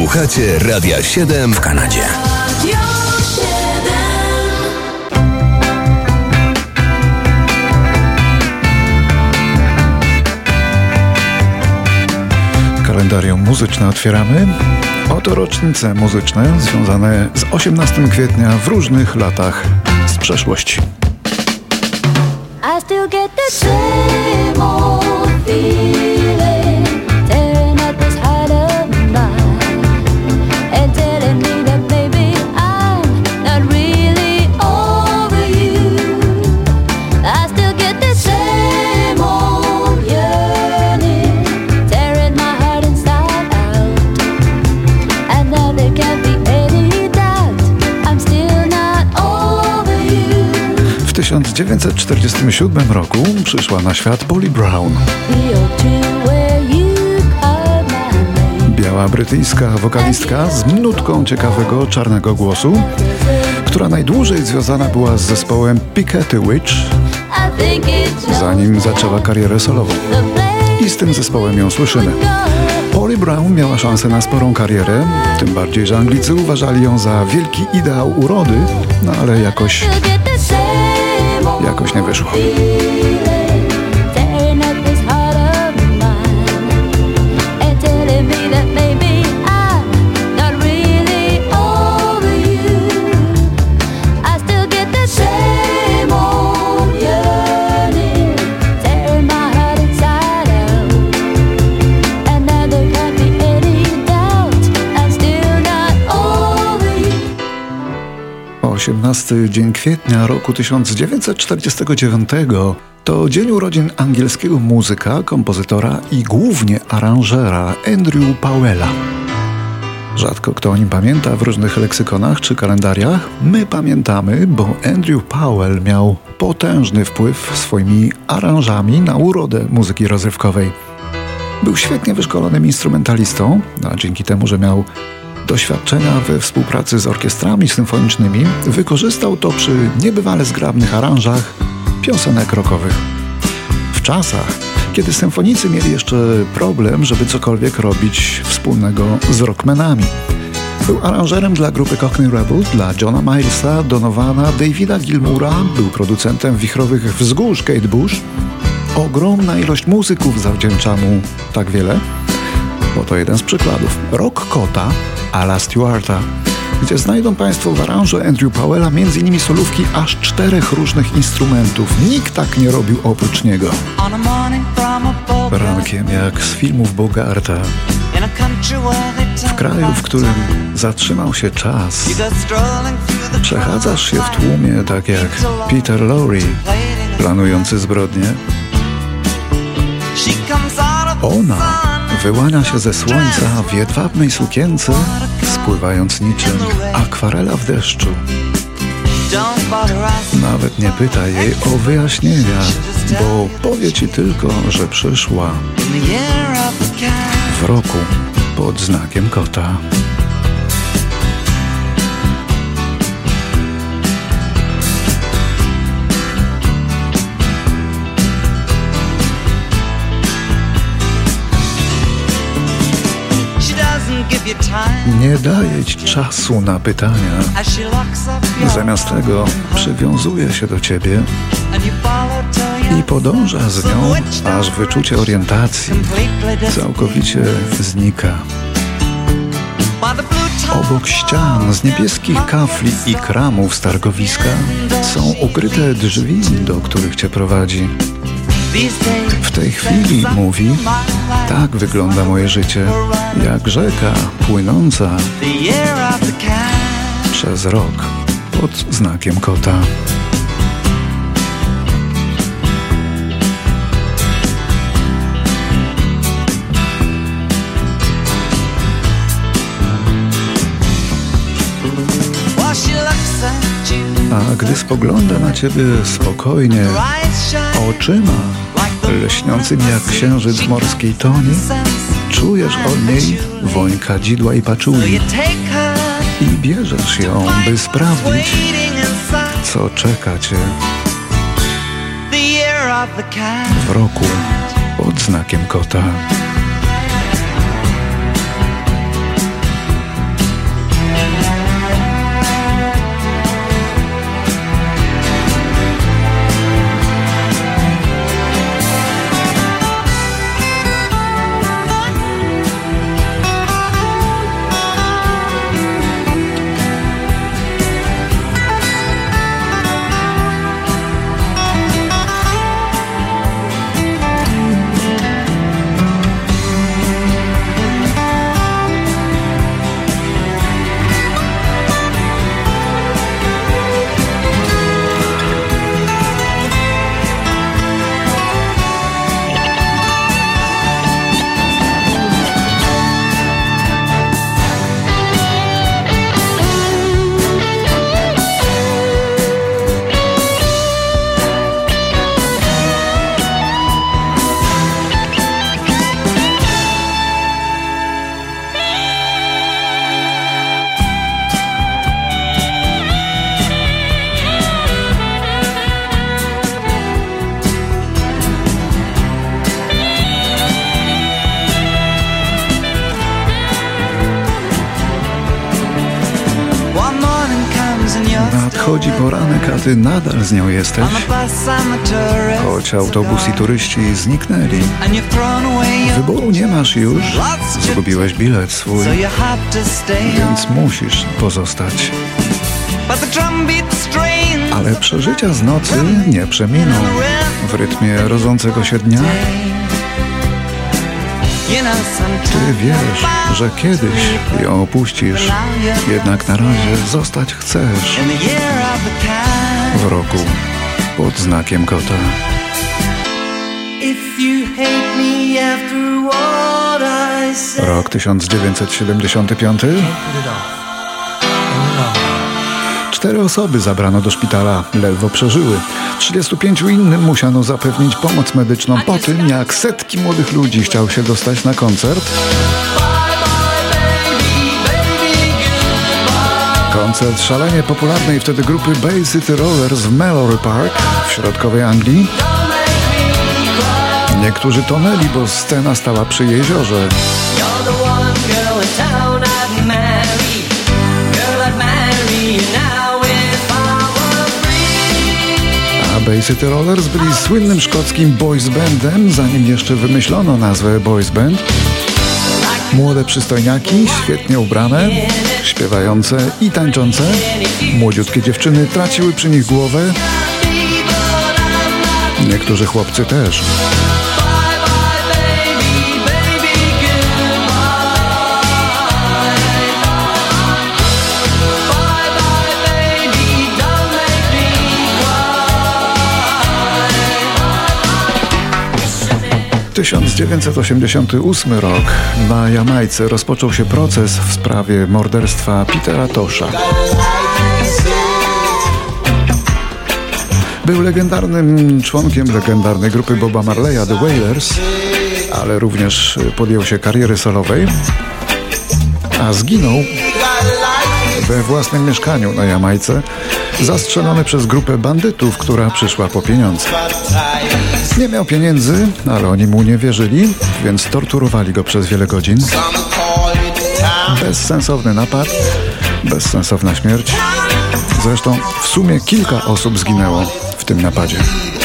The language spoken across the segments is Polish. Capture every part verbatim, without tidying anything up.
Słuchacie Radia siedem w Kanadzie. Kalendarium muzyczne otwieramy. Oto rocznice muzyczne związane z osiemnastego kwietnia w różnych latach z przeszłości. I still get the same old feeling, tearing at this heart of mine, and telling me that maybe I'm not really over you. I still get the same old yearning, tearing my heart inside out, and now there can't be any doubt, I'm still not over you. W tysiąc dziewięćset czterdziestym siódmym roku przyszła na świat Polly Brown. Biała brytyjska wokalistka z nutką ciekawego czarnego głosu, która najdłużej związana była z zespołem Piketty Witch, zanim zaczęła karierę solową. I z tym zespołem ją słyszymy. Polly Brown miała szansę na sporą karierę, tym bardziej, że Anglicy uważali ją za wielki ideał urody, no ale jakoś... jakoś nie wyszło. osiemnasty dzień kwietnia roku tysiąc dziewięćset czterdziestego dziewiątego to dzień urodzin angielskiego muzyka, kompozytora i głównie aranżera Andrew Powella. Rzadko kto o nim pamięta w różnych leksykonach czy kalendariach. My pamiętamy, bo Andrew Powell miał potężny wpływ swoimi aranżami na urodę muzyki rozrywkowej. Był świetnie wyszkolonym instrumentalistą, a dzięki temu, że miał doświadczenia we współpracy z orkiestrami symfonicznymi, wykorzystał to przy niebywale zgrabnych aranżach piosenek rockowych. W czasach, kiedy symfonicy mieli jeszcze problem, żeby cokolwiek robić wspólnego z rockmenami. Był aranżerem dla grupy Cockney Rebels, dla Johna Milesa, Donovana, Davida Gilmoura, był producentem Wichrowych Wzgórz Kate Bush. Ogromna ilość muzyków zawdzięcza mu tak wiele. Oto jeden z przykładów. Rock Kota Ala Stewarta, gdzie znajdą Państwo w aranżu Andrew Powella m.in. solówki aż czterech różnych instrumentów. Nikt tak nie robił oprócz niego. Rankiem jak z filmów Bogarta, w kraju, w którym zatrzymał się czas, przechadzasz się w tłumie tak jak Peter Lorre, planujący zbrodnię. Ona wyłania się ze słońca w jedwabnej sukience, spływając niczym akwarela w deszczu. Nawet nie pytaj jej o wyjaśnienia, bo powie ci tylko, że przyszła w roku pod znakiem kota. Nie daje ci czasu na pytania. Zamiast tego przywiązuje się do ciebie i podąża z nią, aż wyczucie orientacji całkowicie znika. Obok ścian z niebieskich kafli i kramów z targowiska są ukryte drzwi, do których cię prowadzi. W tej chwili, mówi, tak wygląda moje życie, jak rzeka płynąca przez rok pod znakiem kota. A gdy spogląda na ciebie spokojnie, oczyma lśniącymi jak księżyc w morskiej tonie, czujesz od niej woń kadzidła i paczuli i bierzesz ją, by sprawdzić, co czeka cię w roku pod znakiem kota. Nadchodzi poranek, a ty nadal z nią jesteś. Choć autobus i turyści zniknęli. Wyboru nie masz już. Zgubiłeś bilet swój, więc musisz pozostać. Ale przeżycia z nocy nie przeminą w rytmie rodzącego się dnia. Ty wiesz, że kiedyś ją opuścisz, jednak na razie zostać chcesz w roku pod znakiem kota. Rok tysiąc dziewięćset siedemdziesiąty piąty. Cztery osoby zabrano do szpitala, ledwo przeżyły. trzydziestu pięciu innym musiano zapewnić pomoc medyczną po tym, jak setki młodych ludzi chciał się dostać na koncert. Koncert szalenie popularnej wtedy grupy Bay City Rollers w Mallory Park w środkowej Anglii. Niektórzy tonęli, bo scena stała przy jeziorze. Bay City Rollers byli słynnym szkockim boys bandem, zanim jeszcze wymyślono nazwę boys band. Młode przystojniaki, świetnie ubrane, śpiewające i tańczące. Młodziutkie dziewczyny traciły przy nich głowę. Niektórzy chłopcy też. tysiąc dziewięćset osiemdziesiąty ósmy rok. Na Jamajce rozpoczął się proces w sprawie morderstwa Petera Tosha. Był legendarnym członkiem legendarnej grupy Boba Marleya, The Wailers, ale również podjął się kariery solowej, a zginął we własnym mieszkaniu na Jamajce, zastrzelony przez grupę bandytów, która przyszła po pieniądze. Nie miał pieniędzy, ale oni mu nie wierzyli, więc torturowali go przez wiele godzin. Bezsensowny napad, bezsensowna śmierć. Zresztą w sumie kilka osób zginęło w tym napadzie.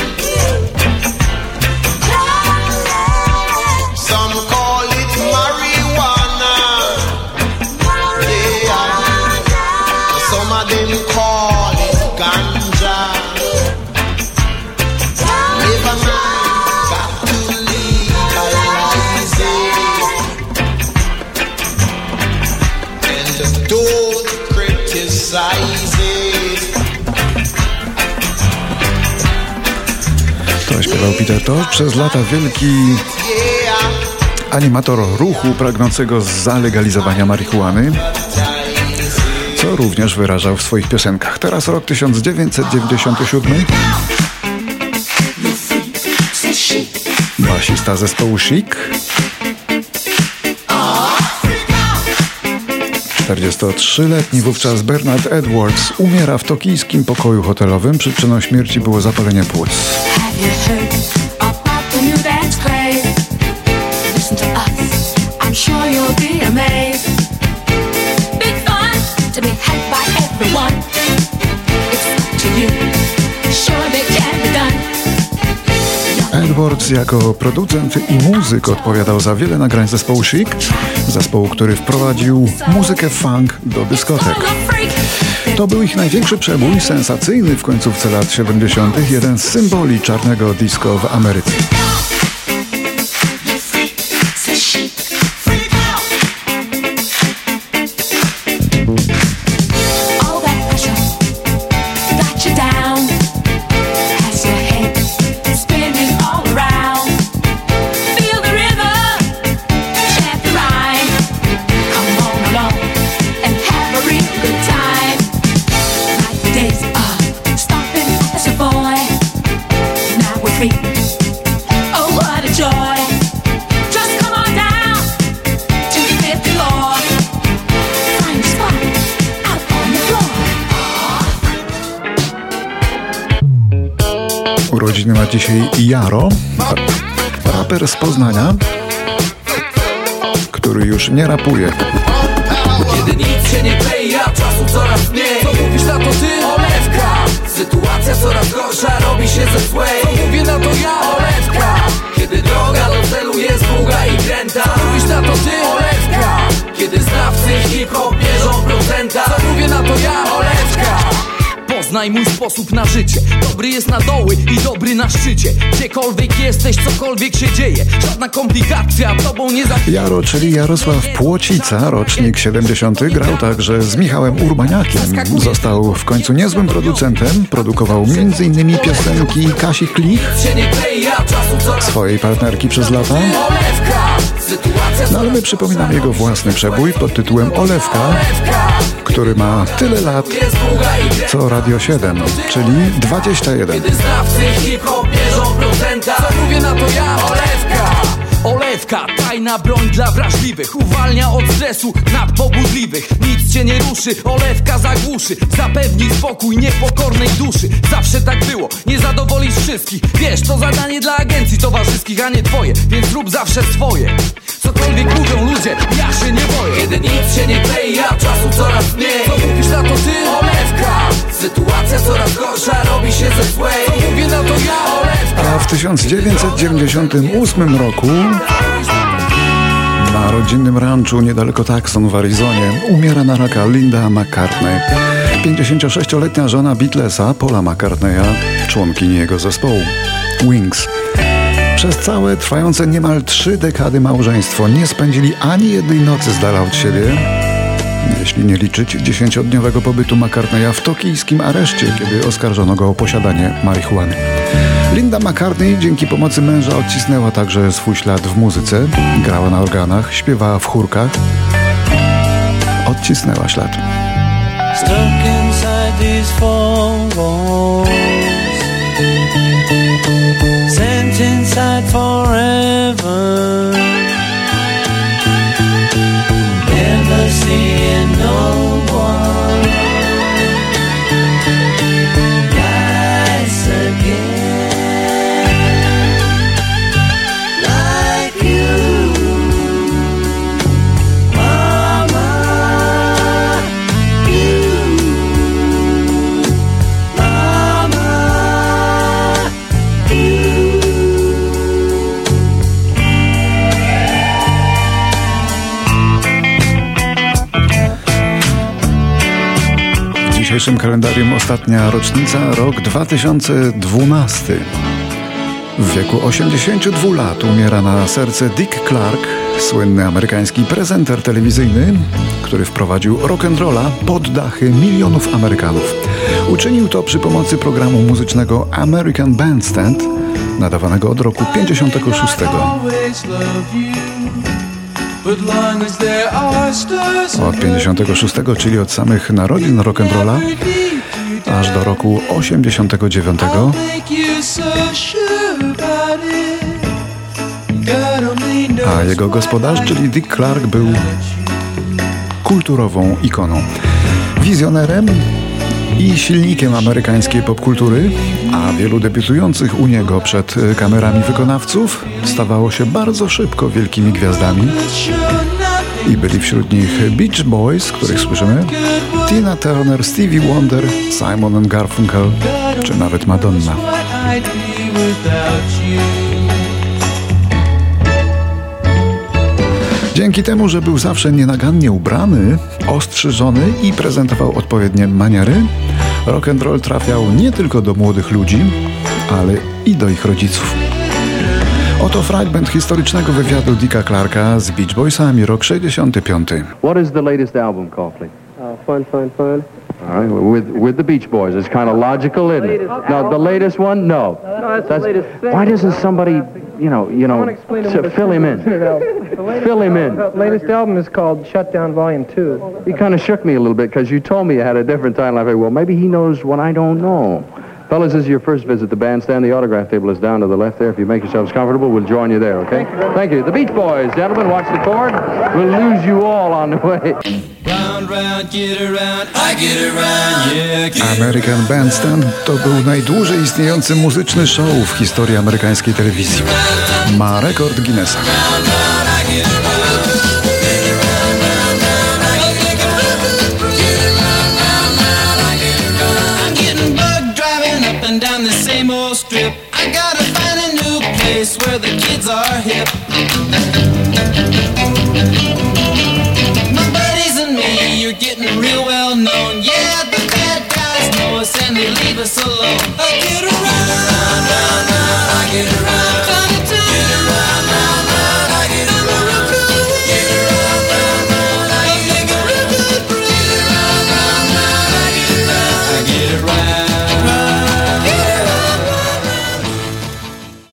To śpiewał Peter Tosh, przez lata wielki animator ruchu pragnącego zalegalizowania marihuany, co również wyrażał w swoich piosenkach. Teraz rok tysiąc dziewięćset dziewięćdziesiąty siódmy. Basista zespołu Chic. czterdziestotrzyletni wówczas Bernard Edwards umiera w tokijskim pokoju hotelowym. Przyczyną śmierci było zapalenie płuc. Edwards jako producent i muzyk odpowiadał za wiele nagrań zespołu Chic, zespołu, który wprowadził muzykę funk do dyskotek. To był ich największy przebój, sensacyjny w końcówce lat siedemdziesiątych, jeden z symboli czarnego disco w Ameryce. Urodziny ma dzisiaj Jaro, raper z Poznania, który już nie rapuje. Kiedy nic się nie klei, a czasu coraz mniej. Co mówisz na to ty? Olewka! Sytuacja coraz gorsza, robi się ze złej. Co mówię na to ja? Olewka. Kiedy droga do celu jest długa i kręta. Co mówisz na to ty? Olewka. Kiedy znawcy hip-hop bierzą procenta. Co mówię na to ja? Olewka. Poznaj mój sposób na życie. Dobry jest na doły i dobry na szczycie. Gdziekolwiek jesteś, cokolwiek się dzieje. Żadna komplikacja tobą nie za... Jaro, czyli Jarosław Płocica, rocznik siedemdziesiąty, grał także z Michałem Urbaniakiem. Został w końcu niezłym producentem. Produkował między innymi piosenki Kasi Klich, swojej partnerki przez lata. No ale my przypominamy jego własny przebój pod tytułem Olewka, który ma tyle lat co Radio siedem, czyli dwadzieścia jeden. Kiedy znawcy hip-hop bierzą procenta. Co mówię na to ja? Olewka. Olewka, tajna broń dla wrażliwych. Uwalnia od stresu nadpobudliwych. Nic cię nie ruszy, olewka zagłuszy. Zapewni spokój niepokornej duszy. Zawsze tak było, nie zadowolisz wszystkich. Wiesz, to zadanie dla agencji towarzyskich, a nie twoje, więc rób zawsze swoje. Cokolwiek mówią ludzie, ja się nie boję. Kiedy nic się nie klei, a czasu coraz mniej. Co mówisz na to ty? Olewka. Sytuacja coraz gorsza, robi się ze złej. Co mówię na to ja? Olewka. A w tysiąc dziewięćset dziewięćdziesiątym ósmym roku na rodzinnym ranczu niedaleko Tucson w Arizonie umiera na raka Linda McCartney. pięćdziesięciosześcioletnia żona Beatlesa, Paula McCartneya, członkini jego zespołu Wings. Przez całe trwające niemal trzy dekady małżeństwo nie spędzili ani jednej nocy z dala od siebie, jeśli nie liczyć dziesięciodniowego pobytu McCartneya w tokijskim areszcie, kiedy oskarżono go o posiadanie marihuany. Linda McCartney dzięki pomocy męża odcisnęła także swój ślad w muzyce. Grała na organach, śpiewała w chórkach. Odcisnęła ślad. Stuck inside these four walls, sent inside forever, never seeing no one rise again like you, mama, you, mama, you. W dzisiejszym kalendarium ostatnia rocznica, rok dwa tysiące dwunasty. W wieku osiemdziesięciu dwóch lat umiera na serce Dick Clark, słynny amerykański prezenter telewizyjny, który wprowadził rock'n'rolla pod dachy milionów Amerykanów. Uczynił to przy pomocy programu muzycznego American Bandstand, nadawanego od roku pięćdziesiątego szóstego. Od pięćdziesiątego szóstego, czyli od samych narodzin rock'n'rolla, aż do roku osiemdziesiątego dziewiątego. A jego gospodarz, czyli Dick Clark, był kulturową ikoną, wizjonerem i silnikiem amerykańskiej popkultury, a wielu debiutujących u niego przed kamerami wykonawców stawało się bardzo szybko wielkimi gwiazdami. I byli wśród nich Beach Boys, których słyszymy, Tina Turner, Stevie Wonder, Simon and Garfunkel, czy nawet Madonna. Dzięki temu, że był zawsze nienagannie ubrany, ostrzyżony i prezentował odpowiednie maniery, rock'n'roll trafiał nie tylko do młodych ludzi, ale i do ich rodziców. Oto fragment historycznego wywiadu Dicka Clarka z Beach Boysami, rok sześćdziesiąty piąty. What is the latest album called, please? Uh, fun, fun, fun. All right, with with the Beach Boys. It's kind of logical, isn't it? No, the latest one? No. No, that's, the latest thing. Why doesn't somebody, you know, you know, s- fill him in? Fill him in. The latest album is called Shutdown Volume two. You kind of shook me a little bit because you told me you had a different title. I figured, well, maybe he knows what I don't know. Fellas, this is your first visit to the bandstand. The autograph table is down to the left there. If you make yourselves comfortable, we'll join you there, okay? Thank you. Thank you. The Beach Boys, gentlemen, watch the chord. We'll lose you all on the way. Round, round, get around, I get around, yeah, get American Bandstand to był najdłużej istniejący muzyczny show w historii amerykańskiej telewizji. Ma rekord Guinnessa. I'm getting bug dry. where the kids are hip. My buddies and me, you're getting real well known. Yeah, the bad guys know us and they leave us alone. I get around, round, round, round, I get around.